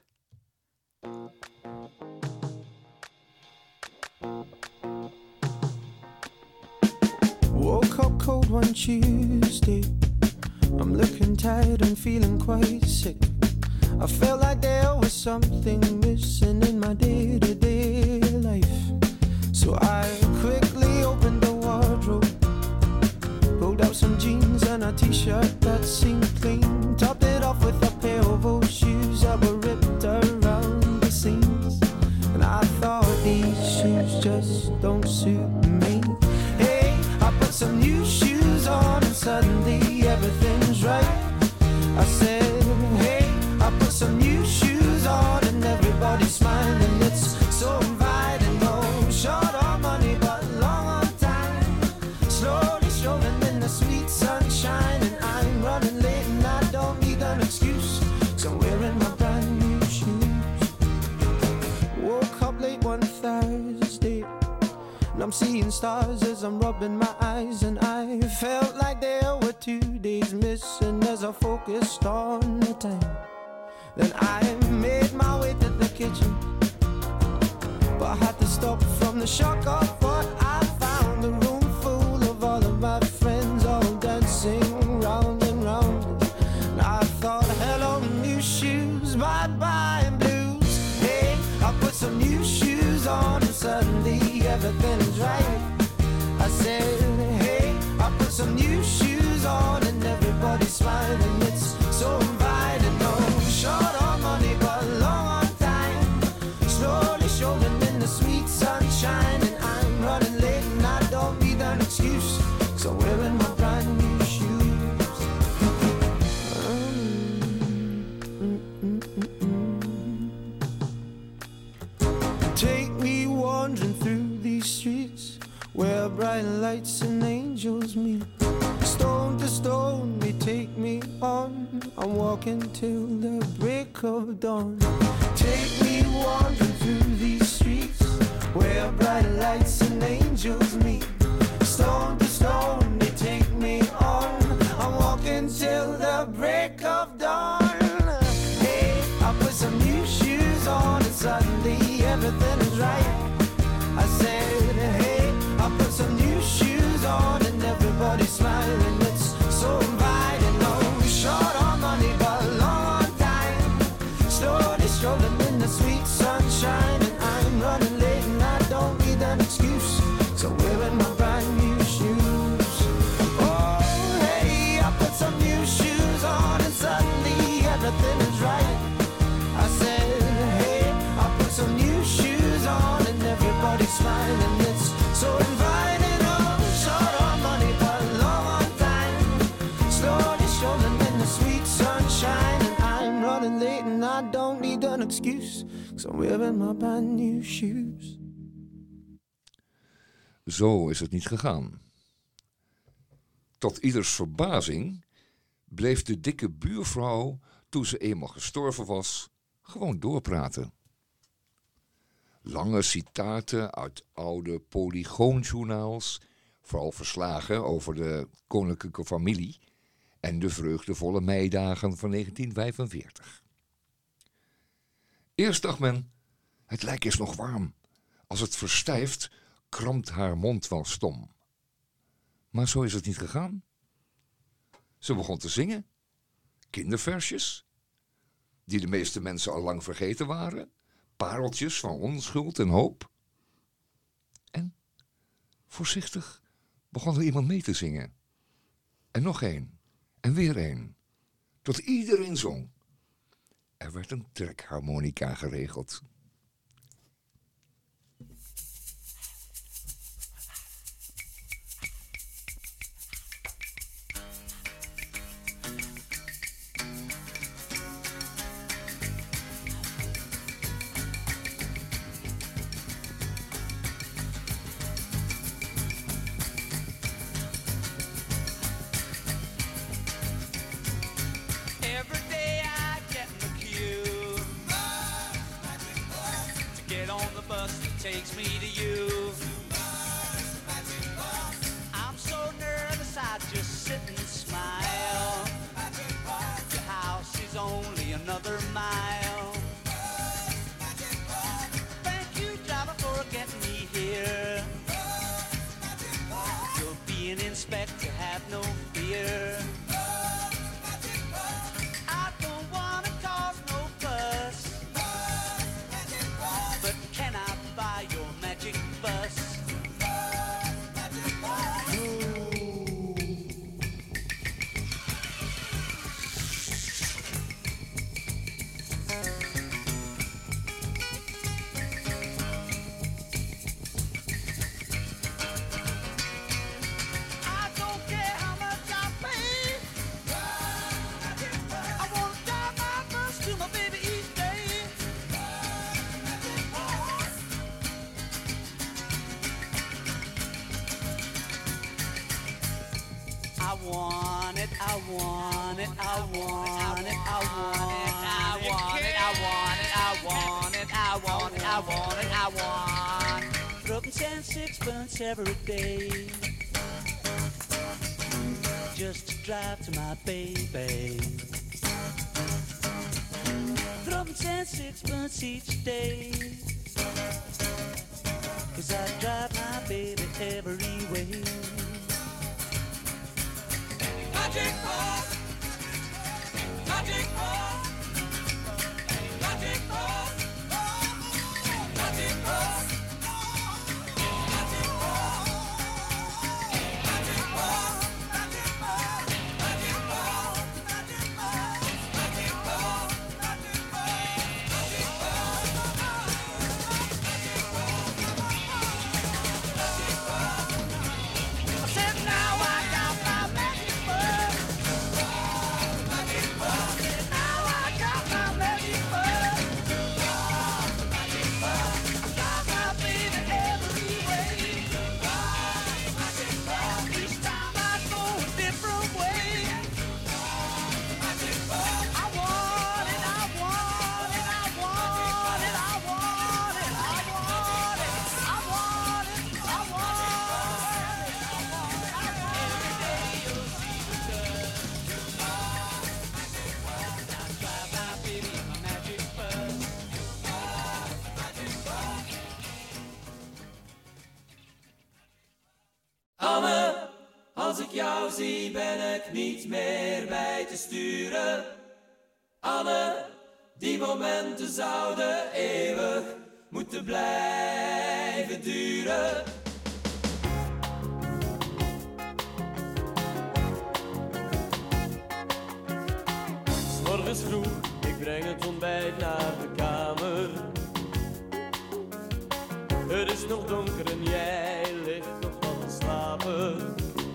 Woke up cold one Tuesday. I'm looking tired and feeling quite sick. I felt like there was something missing in my day-to-day life. So I quickly opened the wardrobe, pulled out some jeans and a t-shirt that seemed clean, topped it off with a pair of old shoes that were ripped around the seams. And I thought these shoes just don't suit me. Hey, I put some new shoes on suddenly everything's right. I said, hey, I put some new shoes on and everybody's smiling. It's so inviting, no short on money but long on time. Slowly strolling in the sweet sunshine, and I'm running late and I don't need an excuse, 'cause I'm wearing my brand new shoes. Woke up late one Thursday and I'm seeing stars as I'm rubbing my eyes, and I felt like there were 2 days missing as I focused on the time. Then I made my way to the kitchen, but I had to stop from the shock of what I found. A room full of all of my friends, all dancing round and round. And I thought, hello new shoes, bye bye blues. Hey, I put some new shoes on and suddenly everything's right. I said, hey, I put some new shoes on and everybody's smiling. It's so inviting, no short on money but long on time. Slowly strolling in the sweet sunshine, and I'm running late and I don't need an excuse, 'cause I'm wearing my brand new shoes. Take me wandering through these streets where bright lights and angels meet. Stone to stone, they take me on. I'm walking till the break of dawn. Take me wandering through these streets where bright lights and angels meet. Stone to stone, they take me on. I'm walking till the break of dawn. Hey, I put some new shoes on and suddenly everything is right. I said, hey, I put some new shoes on and everybody's smiling. It's so inviting, no short on money but long on time. Slowly strolling in the sweet sunshine, and I'm running late and I don't need an excuse, 'cause I'm wearing my brand new shoes. Oh, hey, I put some new shoes on and suddenly everything is right. I said, hey, I put some new shoes on and everybody's smiling. It's so inviting, oh, short on money but long on time. Slowly strolling in the sweet sunshine, and I'm running late and I don't need an excuse, 'cause I'm wearing my brand new shoes. Zo is het niet gegaan. Tot ieders verbazing bleef de dikke buurvrouw, toen ze eenmaal gestorven was, gewoon doorpraten. Lange citaten uit oude polygoonjournaals, vooral verslagen over de koninklijke familie en de vreugdevolle meidagen van 1945. Eerst dacht men, het lijk is nog warm. Als het verstijft, krampt haar mond wel stom. Maar zo is het niet gegaan. Ze begon te zingen, kinderversjes, die de meeste mensen al lang vergeten waren, pareltjes van onschuld en hoop. En voorzichtig begon er iemand mee te zingen. En nog één, en weer één, tot iedereen zong. Er werd een trekharmonica geregeld. Takes me to you. I'm so nervous I just sit and smile. Your house is only another mile. Thank you, driver, for getting me here. You'll be an inspector, have no fear. I don't wanna cause no fuss, but can I buy your magic bus? I don't care how much I want it, I want it, I want it, I want it, I want it, I want it, I want it, I want it, I want it, I want it. Dropping 10 sixpence every day, just to drive to my baby. Dropping 10 sixpence each day, 'cause I drive my baby every way. Magic Bus, Magic Bus, Magic Bus, Magic Bus, Magic Bus, Magic Bus, Magic Bus, Magic Bus, Magic Bus, Magic Bus, Magic Bus. I said now I got my magic bus. Magic bus. Now I got my magic bus. Magic bus. I got my baby every way. Magic bus. Each time I go a different way. Magic bus. I want it, I want it, I want it, I want it, I want it, I want it, I want it. Anne, als ik jou zie ben ik niet meer bij te sturen. Anne, die momenten zouden eeuwig moeten blijven duren. 'S Morgens vroeg, ik breng het ontbijt naar de kamer. Het is nog donker en jij ligt nog wat te slapen.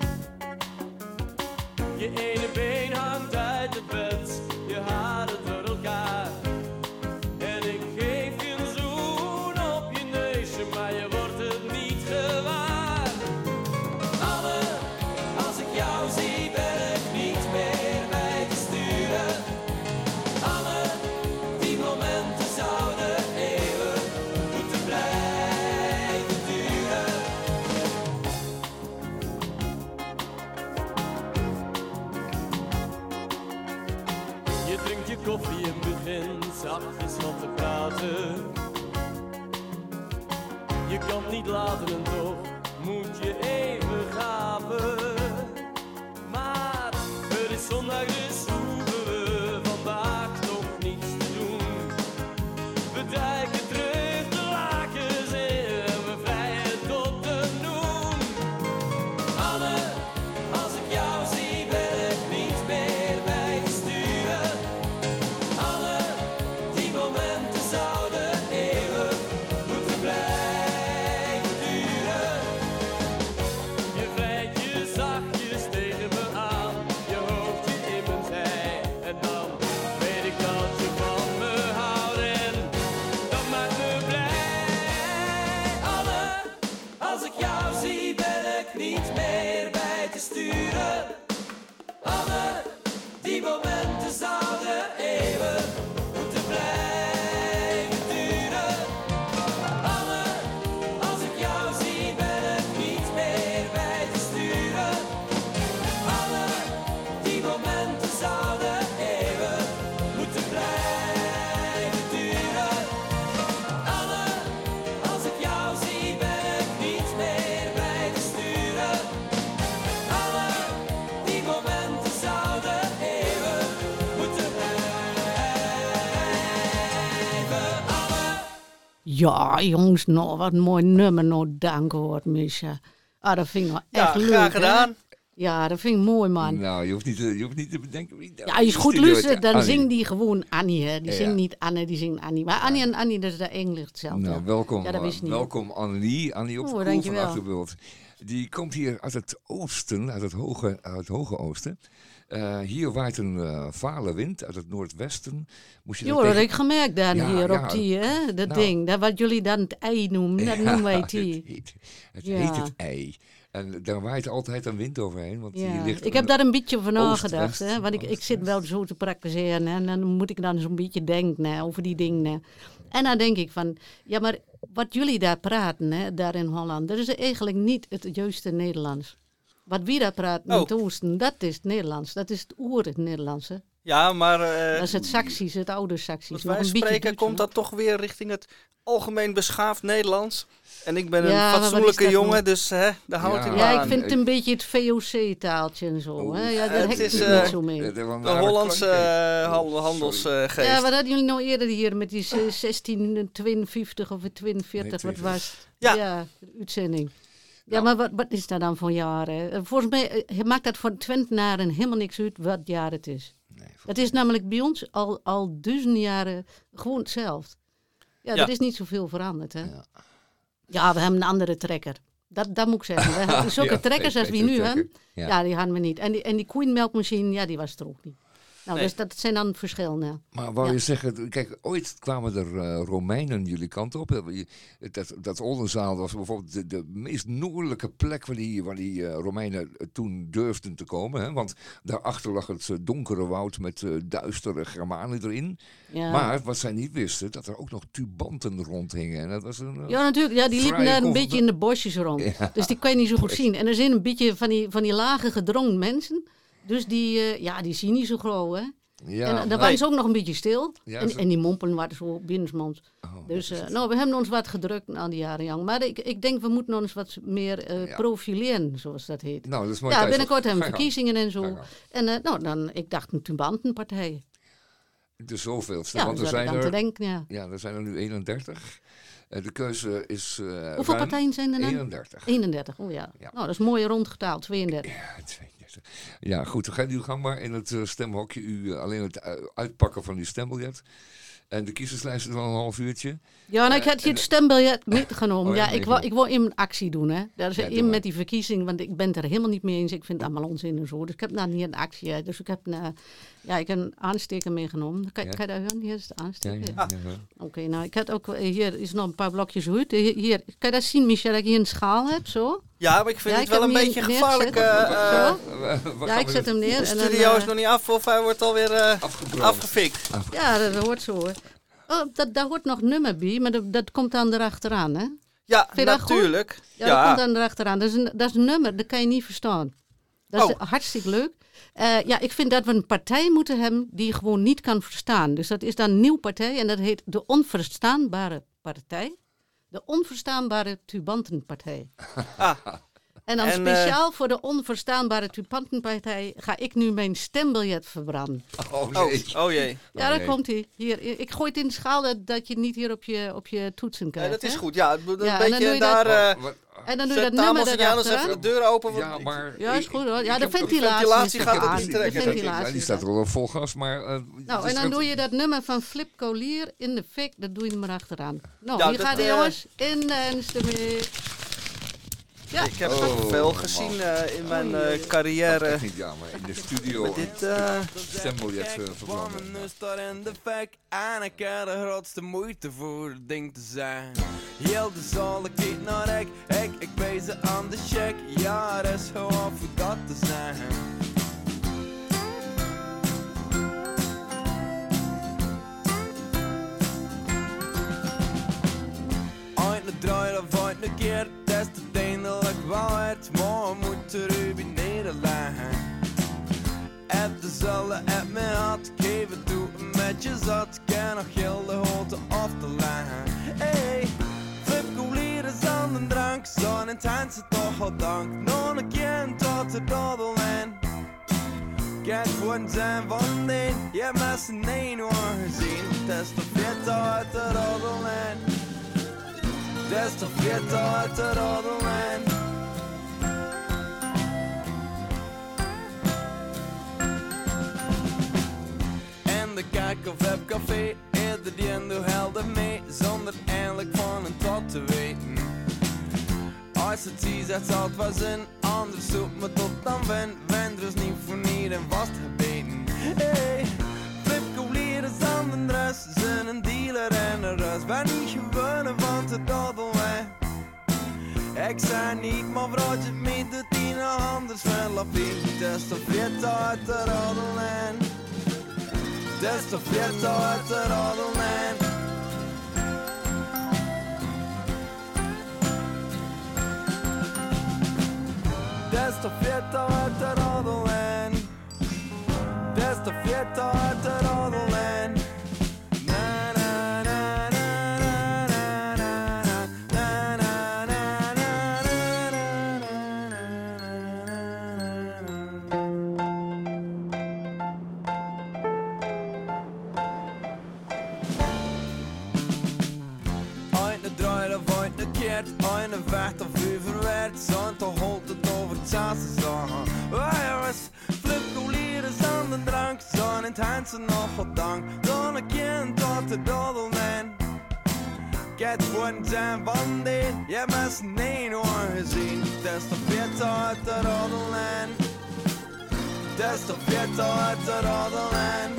Je ene been hangt uit het bed, je haren door elkaar. En ik geef je een zoen op je neusje, maar je wordt het niet gewaar. Anne, als ik jou zie ben ik niet meer bij te sturen. Anne, die momenten zouden eeuwig moeten blijven duren. Je drinkt je koffie en begint zachtjes wat te praten. Je kan het niet laten en toch moet je even gapen. Maar het is zondag dus hoeven we vandaag nog niets te doen. We duiken terug de lakens in en we vrijen tot de noen. Anne, als ik jou zie ben ik niet meer bij te sturen. Anne, die momenten zouden eeuwig moeten blijven duren. Je vrijt je zachtjes tegen me aan, je hoofd je in mijn zij. En dan weet ik dat je van me houdt en dat maakt me blij. Anne, als ik jou zie ben ik niet meer bij te sturen. Anne, die momenten zouden eeuwig moeten blijven duren. Anne, als ik jou zie ben ik niet meer bij te sturen. Anne, die momenten zouden eeuwig moeten blijven duren. Anne, als ik jou zie ben ik niet meer bij te sturen. Anne, die momenten zouden eeuwig moeten blijven. Anne. Ja, jongens, nou, wat een mooi nummer. Nou, dank hoor, Misha. Ah, dat vind ik nou Ja, echt leuk. graag hè? gedaan. Ja, dat vind ik mooi, man. Nou, je hoeft niet te bedenken wie dat Ja, als je goed studio luistert, dan Annie. zingt die gewoon Annie, hè. Die Ja. zingt niet Anne, die zingt Annie. Maar Annie en Annie, dat is eigenlijk hetzelfde. Nou, welkom, Ja, dat wist ik niet. welkom Annie op Oh, de Koel van dankjewel. Achterbult. Die komt hier uit het oosten, uit het hoge oosten. Hier waait een vale wind uit het noordwesten. Moest je Jo, daar dat tegen- heb ik gemerkt dan Ja, hier ja. op die, hè. Dat Nou. ding, dat wat jullie dan het ei noemen, dat noemen wij het die. heet Ja. het ei. En daar waait altijd een wind overheen. Want die ligt ik heb daar een beetje over nagedacht. oost-west. Hè? Want ik zit wel zo te praktiseren. En dan moet ik dan zo'n beetje denken over die dingen. En dan denk ik van... Ja, maar wat jullie daar praten, hè, daar in Holland... dat is eigenlijk niet het juiste Nederlands. Wat wij daar praten in het oosten, dat is het Nederlands. Dat is het Nederlandse. Ja, maar... dat is het Saxisch, het oude Saxisch. Als wij spreken, komt dat toch weer richting het algemeen beschaafd Nederlands. En ik ben een fatsoenlijke jongen, dus daar houd ik me aan. Ja, ik vind het een beetje het VOC-taaltje en zo. Hè? Ja, daar heb ik het niet zo mee. De Hollandse handelsgeest. Ja, wat hadden jullie nou eerder hier met die 1652 of 42, wat was ja, de uitzending. Ja, maar wat is dat dan voor jaren? Volgens mij maakt dat voor Twentenaren helemaal niks uit wat jaar het is. Nee, het is namelijk bij ons al duizenden jaren gewoon hetzelfde. Ja, er is niet zoveel veranderd. Hè? Ja, we hebben een andere trekker. Dat moet ik zeggen. We hebben zulke trekkers als we nu hebben, die hadden we niet. En die koeienmelkmachine, ja, die was er ook niet. Nou, dus dat zijn dan verschillen. Ja. Maar wou je zeggen, kijk, ooit kwamen er Romeinen jullie kant op. Dat Oldenzaal was bijvoorbeeld de meest noordelijke plek waar die Romeinen toen durfden te komen. Hè? Want daarachter lag het donkere woud met duistere Germanen erin. Ja. Maar wat zij niet wisten, dat er ook nog tubanten rondhingen. En dat was ja, natuurlijk. Ja, die liepen daar een beetje in de bosjes rond. Ja. Dus die kan je niet zo goed zien. En er zijn een beetje van die lage gedrongen mensen... Dus die zien niet zo groot, hè. Ja, en dan waren ze ook nog een beetje stil. Ja, en die mompelen waren zo binnensmonds. Dus we hebben ons wat gedrukt aan die jaren jong. Maar ik denk, we moeten ons wat meer profileren, zoals dat heet. Nou, dat is mooi. Ja, binnenkort hebben we verkiezingen en zo. En ik dacht een tubantenpartij. De zoveelste. Ja, want er zijn er... Denken, er zijn er nu 31. De keuze is... Hoeveel partijen zijn er dan? 31. 31, oh ja. Nou, dat is mooi rondgetaald, 32. Ja, 32. Ja, goed, dan gaat u gang maar in het stemhokje. Alleen het uitpakken van uw stembiljet. En de kiezerslijst is al een half uurtje. Ja, en ik had hier het stembiljet meegenomen. Ik wil in een actie doen, hè. Dat is met die verkiezing, want ik ben het er helemaal niet mee eens. Ik vind het allemaal onzin en zo. Dus ik heb nou niet een actie uit. Dus ik heb een aansteker meegenomen. Kan je daar hören? Hier is de aansteker. Ja. Oké, nou, ik had ook... Hier is nog een paar blokjes uit. Hier, kan je dat zien, Michel, dat ik hier een schaal heb, zo? Ja, maar ik vind het wel een beetje gevaarlijk. Ik zet hem neer. De studio is nog niet af of hij wordt alweer afgefikt. Ja, dat hoort zo, hoor. Oh, daar hoort nog nummer bij, maar dat komt dan erachteraan, hè? Ja, natuurlijk. Ja, dat komt dan erachteraan. Dat is een nummer, dat kan je niet verstaan. Dat is hartstikke leuk. Ik vind dat we een partij moeten hebben die je gewoon niet kan verstaan. Dus dat is dan een nieuwe partij en dat heet de Onverstaanbare Partij. De Onverstaanbare Tubantenpartij. En dan speciaal voor de Onverstaanbare Tubantenpartij ga ik nu mijn stembiljet verbranden. Oh jee. Ja, daar komt hij. Hier, ik gooi het in de schaal dat je niet hier op je toetsen krijgt. Dat is goed, ja. Een beetje daar... En dan doe je dat nummer even de deur open. Ja, maar... Ja, is goed hoor. Ja, de ventilatie gaat het niet trekken. Die staat er wel vol gas, maar... en dan doe je dat nummer van Flip Collier in de fik. Dat doe je er maar achteraan. Nou, hier gaat hij, jongens. In de mee. Ja. Ik heb veel gezien in mijn carrière. Niet, ja, maar in de studio dit stembiljet verbranden. Nu staat in de fik en ik heb de grootste moeite voor het ding te zijn. Heel de zaal kijkt naar ik wees ze aan de check. Ja, dat is gewoon voor dat te zijn. Ooit een draai of ooit een keer, dat is de eindelijk waarheid. Maar moet er u beneden liggen. Het dezelfde uit mijn hart, geef het toe met je zat. Kan nog heel de holte af te leggen. Hey, Flip Collier is aan de drank, zo'n intense toch al dank. Nog een keer tot de dodelijn. Kijk voor het zijn van de een, je hebt met z'n een hoor gezien. Het is toch vet uit de dodelijn. Het is toch vet uit de dodelijn. De kijk of webcafé, eerder die en doe helder mee, zonder eindelijk van een tot te weten. Als het zie zegt zal het wel zin, anders zoekt me tot dan wen er is niet voor niet en vastgebeten. Hey, Flip Collier is aan de dress, zijn een dealer en een rust, waar niet gewonnen van te dobbelwijn. Ik zei niet, maar vraag het me dat die nog anders van la vie. Des te veertig uit de roddelen. Des te veertig uit de roddelen. Des te veertig uit de roddelen. Des te veertig uit de roddelen. Eine Wächter verwehrt, sind der Holte over het zaten zagen. Er is fluctueren zonder drank, zijn in het Hansen nog wat dank. Dan een kind tot de dodelman. Get worden zijn van dit, je hebt niet hoor gezien. Des te veertig uit de roddelen. Des te veertig uit de roddelen.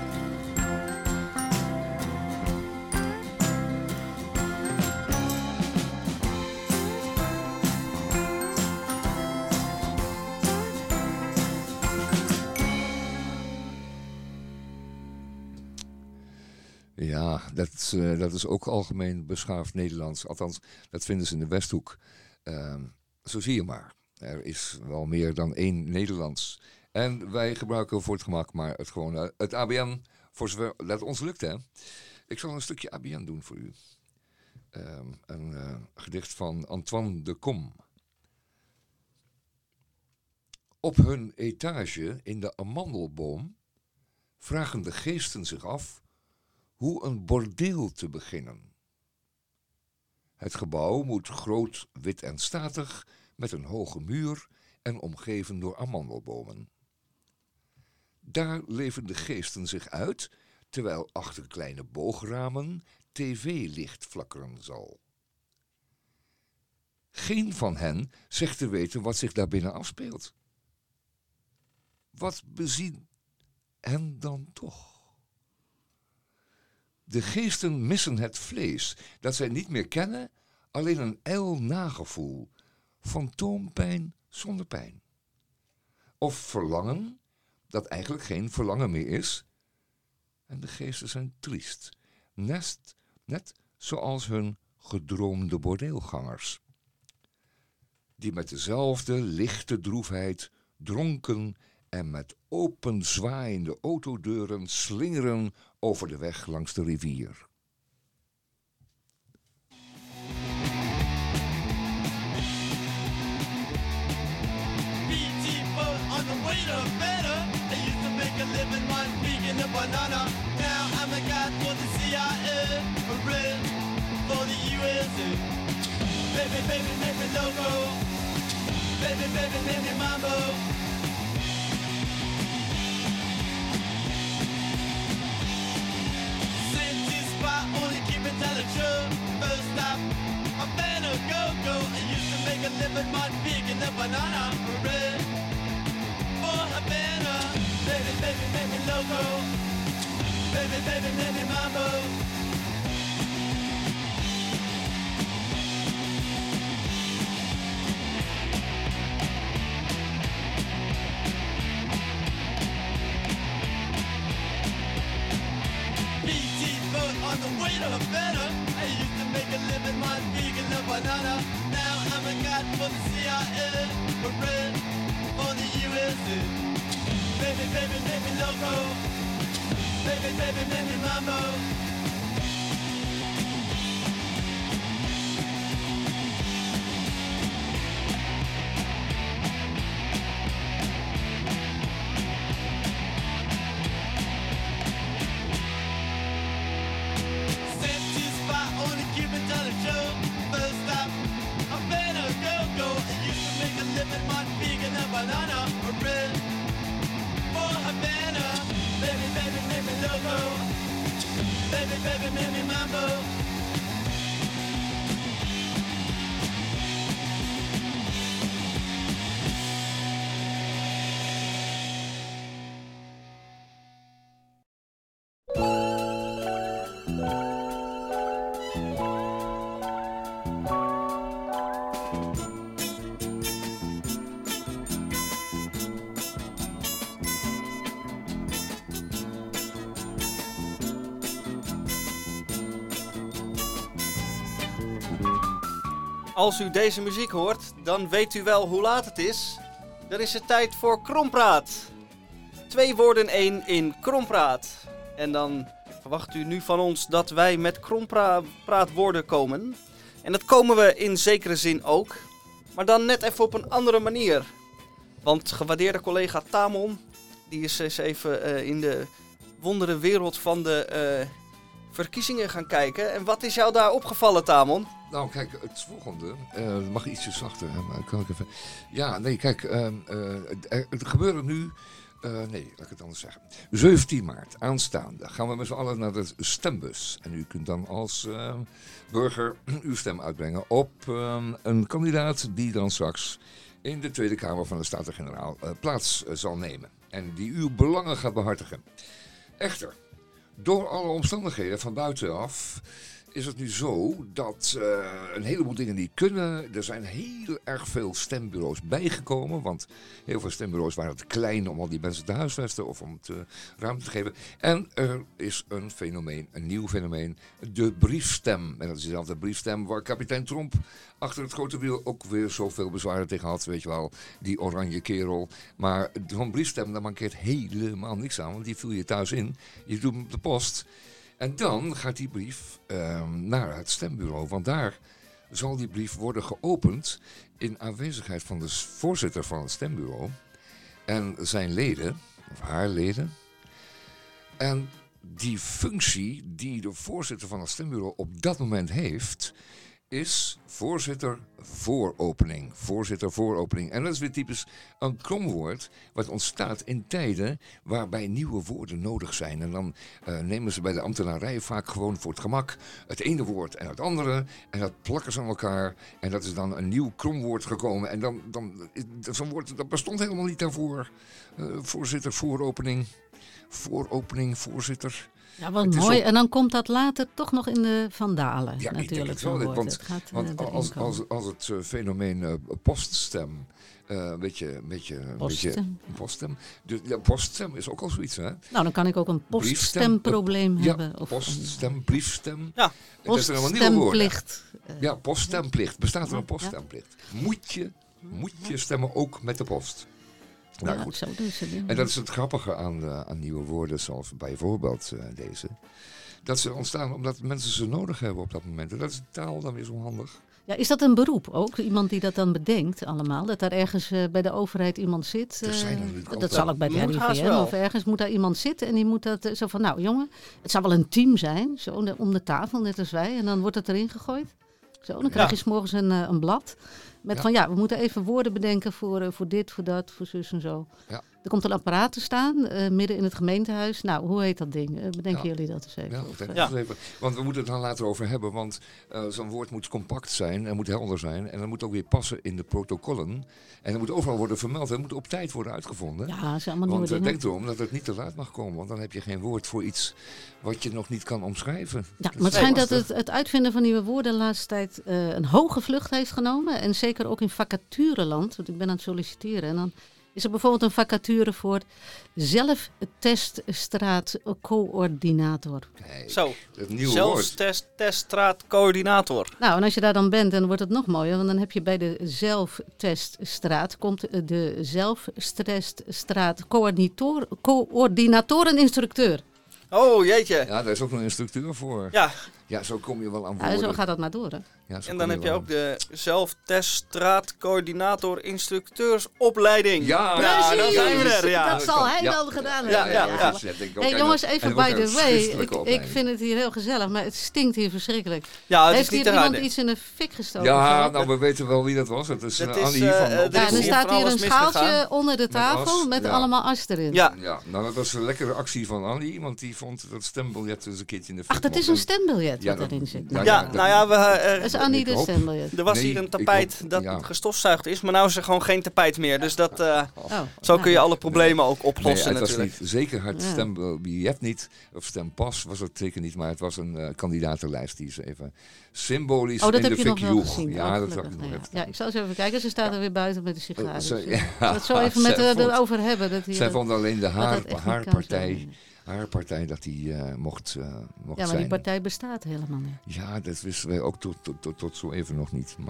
Ja, dat is ook algemeen beschaafd Nederlands. Althans, dat vinden ze in de Westhoek. Zo zie je maar. Er is wel meer dan één Nederlands. En wij gebruiken voor het gemak maar het ABN, voor zover dat ons lukt, hè. Ik zal een stukje ABN doen voor u. Een gedicht van Antoine de Kom. Op hun etage in de Amandelboom vragen de geesten zich af hoe een bordeel te beginnen. Het gebouw moet groot, wit en statig, met een hoge muur en omgeven door amandelbomen. Daar leven de geesten zich uit, terwijl achter kleine boogramen tv-licht flakkeren zal. Geen van hen zegt te weten wat zich daarbinnen afspeelt. Wat beziet hen dan toch? De geesten missen het vlees, dat zij niet meer kennen, alleen een ijl nagevoel, fantoompijn zonder pijn. Of verlangen, dat eigenlijk geen verlangen meer is. En de geesten zijn triest, net zoals hun gedroomde bordeelgangers, die met dezelfde lichte droefheid, dronken en met open zwaaiende autodeuren slingeren over de weg langs de rivier. On the way to better, I used to make a living by speaking a banana. Now I'm a guy for the CIA, a red for the USA. Baby, baby, make me loco. Baby, baby, make me mambo. City spot, only keep it telling true. First stop, I'm better go. I used to make a living by speaking a banana, a red. Havana, baby, baby, make me loco. Baby, baby, make me mambo. BT boat on the way to Havana. I used to make a living on vegan and banana. Now I'm a god for the CIA, a red for the USA. Baby, baby, make me loco. Baby, baby, make me mambo. Safety spot on the Cuban television. First stop, I'm better go. I used to make a living on vegan and banana. A red for Havana. Baby, baby, make me loco. Baby, Als u deze muziek hoort, dan weet u wel hoe laat het is. Dan is het tijd voor Krompraat. 2 woorden 1 in Krompraat. En dan verwacht u nu van ons dat wij met Krompraatwoorden komen. En dat komen we in zekere zin ook. Maar dan net even op een andere manier. Want gewaardeerde collega Tamon, die is eens even in de wondere wereld van de verkiezingen gaan kijken. En wat is jou daar opgevallen, Tamon? Nou, kijk, het volgende. Het mag ietsje zachter, hè, maar kan ik even. Ja, nee, kijk, het gebeurt nu. Nee, laat ik het anders zeggen. 17 maart, aanstaande, gaan we met z'n allen naar de stembus. En u kunt dan als burger uw stem uitbrengen op een kandidaat die dan straks in de Tweede Kamer van de Staten-Generaal plaats zal nemen. En die uw belangen gaat behartigen. Echter, door alle omstandigheden van buitenaf is het nu zo dat een heleboel dingen niet kunnen. Er zijn heel erg veel stembureaus bijgekomen. Want heel veel stembureaus waren te klein om al die mensen te huisvesten of om te ruimte te geven. En er is een fenomeen, een nieuw fenomeen, de briefstem. En dat is dezelfde briefstem waar kapitein Tromp achter het grote wiel ook weer zoveel bezwaren tegen had. Weet je wel, die oranje kerel. Maar zo'n briefstem, daar mankeert helemaal niks aan. Want die vul je thuis in. Je doet hem op de post. En dan gaat die brief naar het stembureau, want daar zal die brief worden geopend in aanwezigheid van de voorzitter van het stembureau en zijn leden, of haar leden. En die functie die de voorzitter van het stembureau op dat moment heeft, is voorzitter vooropening. Voorzitter vooropening. En dat is weer typisch een kromwoord wat ontstaat in tijden waarbij nieuwe woorden nodig zijn. En dan nemen ze bij de ambtenarij vaak gewoon voor het gemak het ene woord en het andere. En dat plakken ze aan elkaar. En dat is dan een nieuw kromwoord gekomen. En dan zo'n woord dat bestond helemaal niet daarvoor. Voorzitter vooropening. Vooropening, voorzitter. Ja, wat mooi. En dan komt dat later toch nog in de Vandalen. Ja, natuurlijk. Ik denk het wel. Want als het fenomeen poststem, poststem. De poststem is ook al zoiets, hè? Nou, dan kan ik ook een poststemprobleem hebben. Ja, poststem, briefstem. Ja, poststemplicht. Ja, poststemplicht. Bestaat er een poststemplicht? Moet je stemmen ook met de post? Nou, goed. Zo doen ze en dat is het grappige aan nieuwe woorden, zoals bijvoorbeeld deze. Dat ze ontstaan omdat mensen ze nodig hebben op dat moment. En dat is de taal dan weer zo handig. Ja, is dat een beroep ook? Iemand die dat dan bedenkt allemaal? Dat daar ergens bij de overheid iemand zit? Dat zal ook bij de RIVM of ergens. Moet daar iemand zitten en die moet dat zo van... Nou jongen, het zou wel een team zijn. Zo om de tafel, net als wij. En dan wordt het erin gegooid. Zo, dan krijg je 's morgens een blad. Met van we moeten even woorden bedenken voor dit, voor dat, voor zus en zo. Ja. Er komt een apparaat te staan, midden in het gemeentehuis. Nou, hoe heet dat ding? Bedenken jullie dat eens even? Even? Want we moeten het dan later over hebben. Want zo'n woord moet compact zijn en moet helder zijn. En dat moet ook weer passen in de protocollen. En dat moet overal worden vermeld. En moet op tijd worden uitgevonden. Ja, dat is allemaal want nieuwe denk erom dat het niet te laat mag komen. Want dan heb je geen woord voor iets wat je nog niet kan omschrijven. Ja, maar het schijnt dat het uitvinden van nieuwe woorden de laatste tijd een hoge vlucht heeft genomen. En zeker ook in vacatureland. Want ik ben aan het solliciteren. En dan is er bijvoorbeeld een vacature voor zelfteststraatcoördinator. Zo, zelfteststraatcoördinator. Nou, en als je daar dan bent, dan wordt het nog mooier. Want dan heb je bij de zelfteststraat, komt de zelfteststraatcoördinatoreninstructeur. Oh, jeetje. Ja, daar is ook een instructeur voor. Ja, zo kom je wel aan woorden. Ja, zo gaat dat maar door, hè? Ja, en dan heb je ook de zelfteststraatcoördinator instructeursopleiding. Ja, dan zijn we er. Ja. Dat zal hij wel gedaan hebben. Hey, jongens, even by the way. Ik vind het hier heel gezellig, maar het stinkt hier verschrikkelijk. Ja, heeft hier iemand iets in de fik gestoken? Ja, nou, we weten wel wie dat was. Het is Annie van... er staat hier een schaaltje onder de tafel met allemaal as erin. Ja, nou, dat was een lekkere actie van Annie, want die vond dat stembiljet eens een keertje in de fik. Ach, dat is een stembiljet wat erin zit. Ja, nou ja, dat is Annie de stembiljet. Er was hier een tapijt dat gestofzuigd is, maar nou is er gewoon geen tapijt meer. Dus dat, zo kun je alle problemen ook oplossen natuurlijk. Het was niet, zeker het stembiljet niet, of stempas was het zeker niet, maar het was een kandidatenlijst die ze even symbolisch in de fik joeg. Ja, dat zag ik nog even. Ja, ik zal eens even kijken. Ze staat er weer buiten met de sigaren. Dat zo even met erover hebben. Zij vond alleen de haar partij dat die mocht zijn. Ja, maar die partij bestaat helemaal niet. Ja, dat wisten wij ook tot zo even nog niet. Maar ja.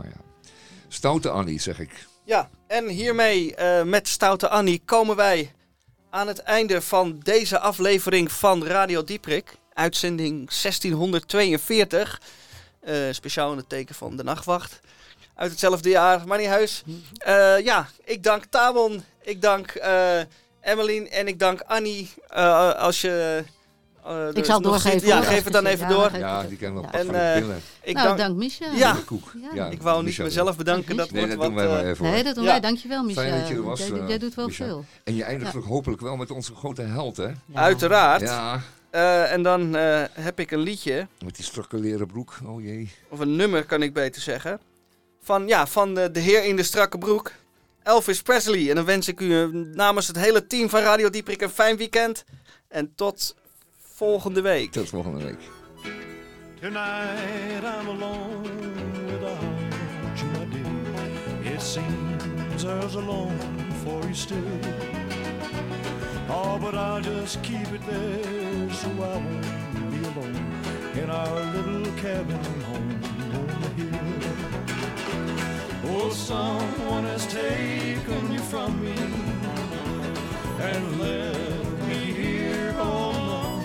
Stoute Annie, zeg ik. Ja, en hiermee met Stoute Annie komen wij aan het einde van deze aflevering van Radio Dieprik. Uitzending 1642. Speciaal in het teken van de nachtwacht. Uit hetzelfde jaar, maar niet huis. Ik dank Tamon, ik dank Emmeline en ik dank Annie. Als je... ik zal doorgeven. Ja, geef het dan even door. Ja, die kan nog binnen. Dank Misha. Ja. Ja, ik wou niet mezelf bedanken. Dat doen wij maar even. Nee, dat doen wij. Dankjewel, Misha. Fijn dat je er was. Jij doet wel Misha. veel. En je eindigt ook hopelijk wel met onze grote held, hè? Ja. Uiteraard. Ja. En dan heb ik een liedje. Met die strakke leren broek. Oh jee. Of een nummer, kan ik beter zeggen. Van de heer in de strakke broek. Elvis Presley. En dan wens ik u namens het hele team van Radio Dieprik een fijn weekend. En tot volgende week. Tot volgende week. Tonight I'm alone without you, my dear. It seems there's a loan for you still. Oh, but I'll just keep it there so I won't be alone in our little cabin home on the hill. Oh, someone has taken you from me and left me here all alone.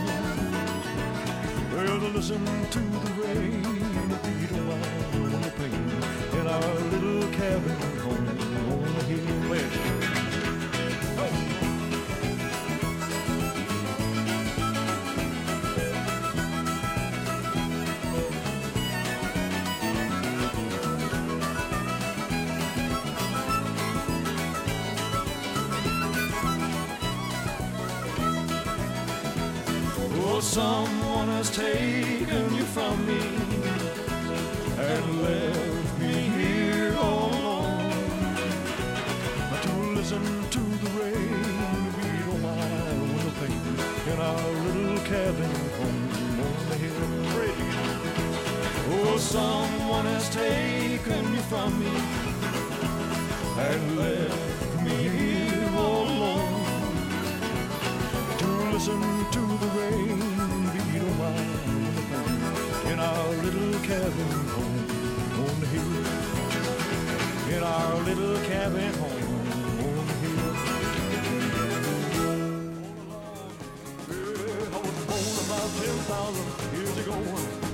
Well, listen to the rain, beat a while on the plain in our little cabin home on the hill. Someone has taken you from me and left me here all alone. To listen to the rain beat on my window pane in our little cabin home on the hill. Oh, someone has taken you from me and left me here all alone. To listen to the rain in our little cabin home on the hill. In our little cabin home on the hill. I was born about 10,000 years ago.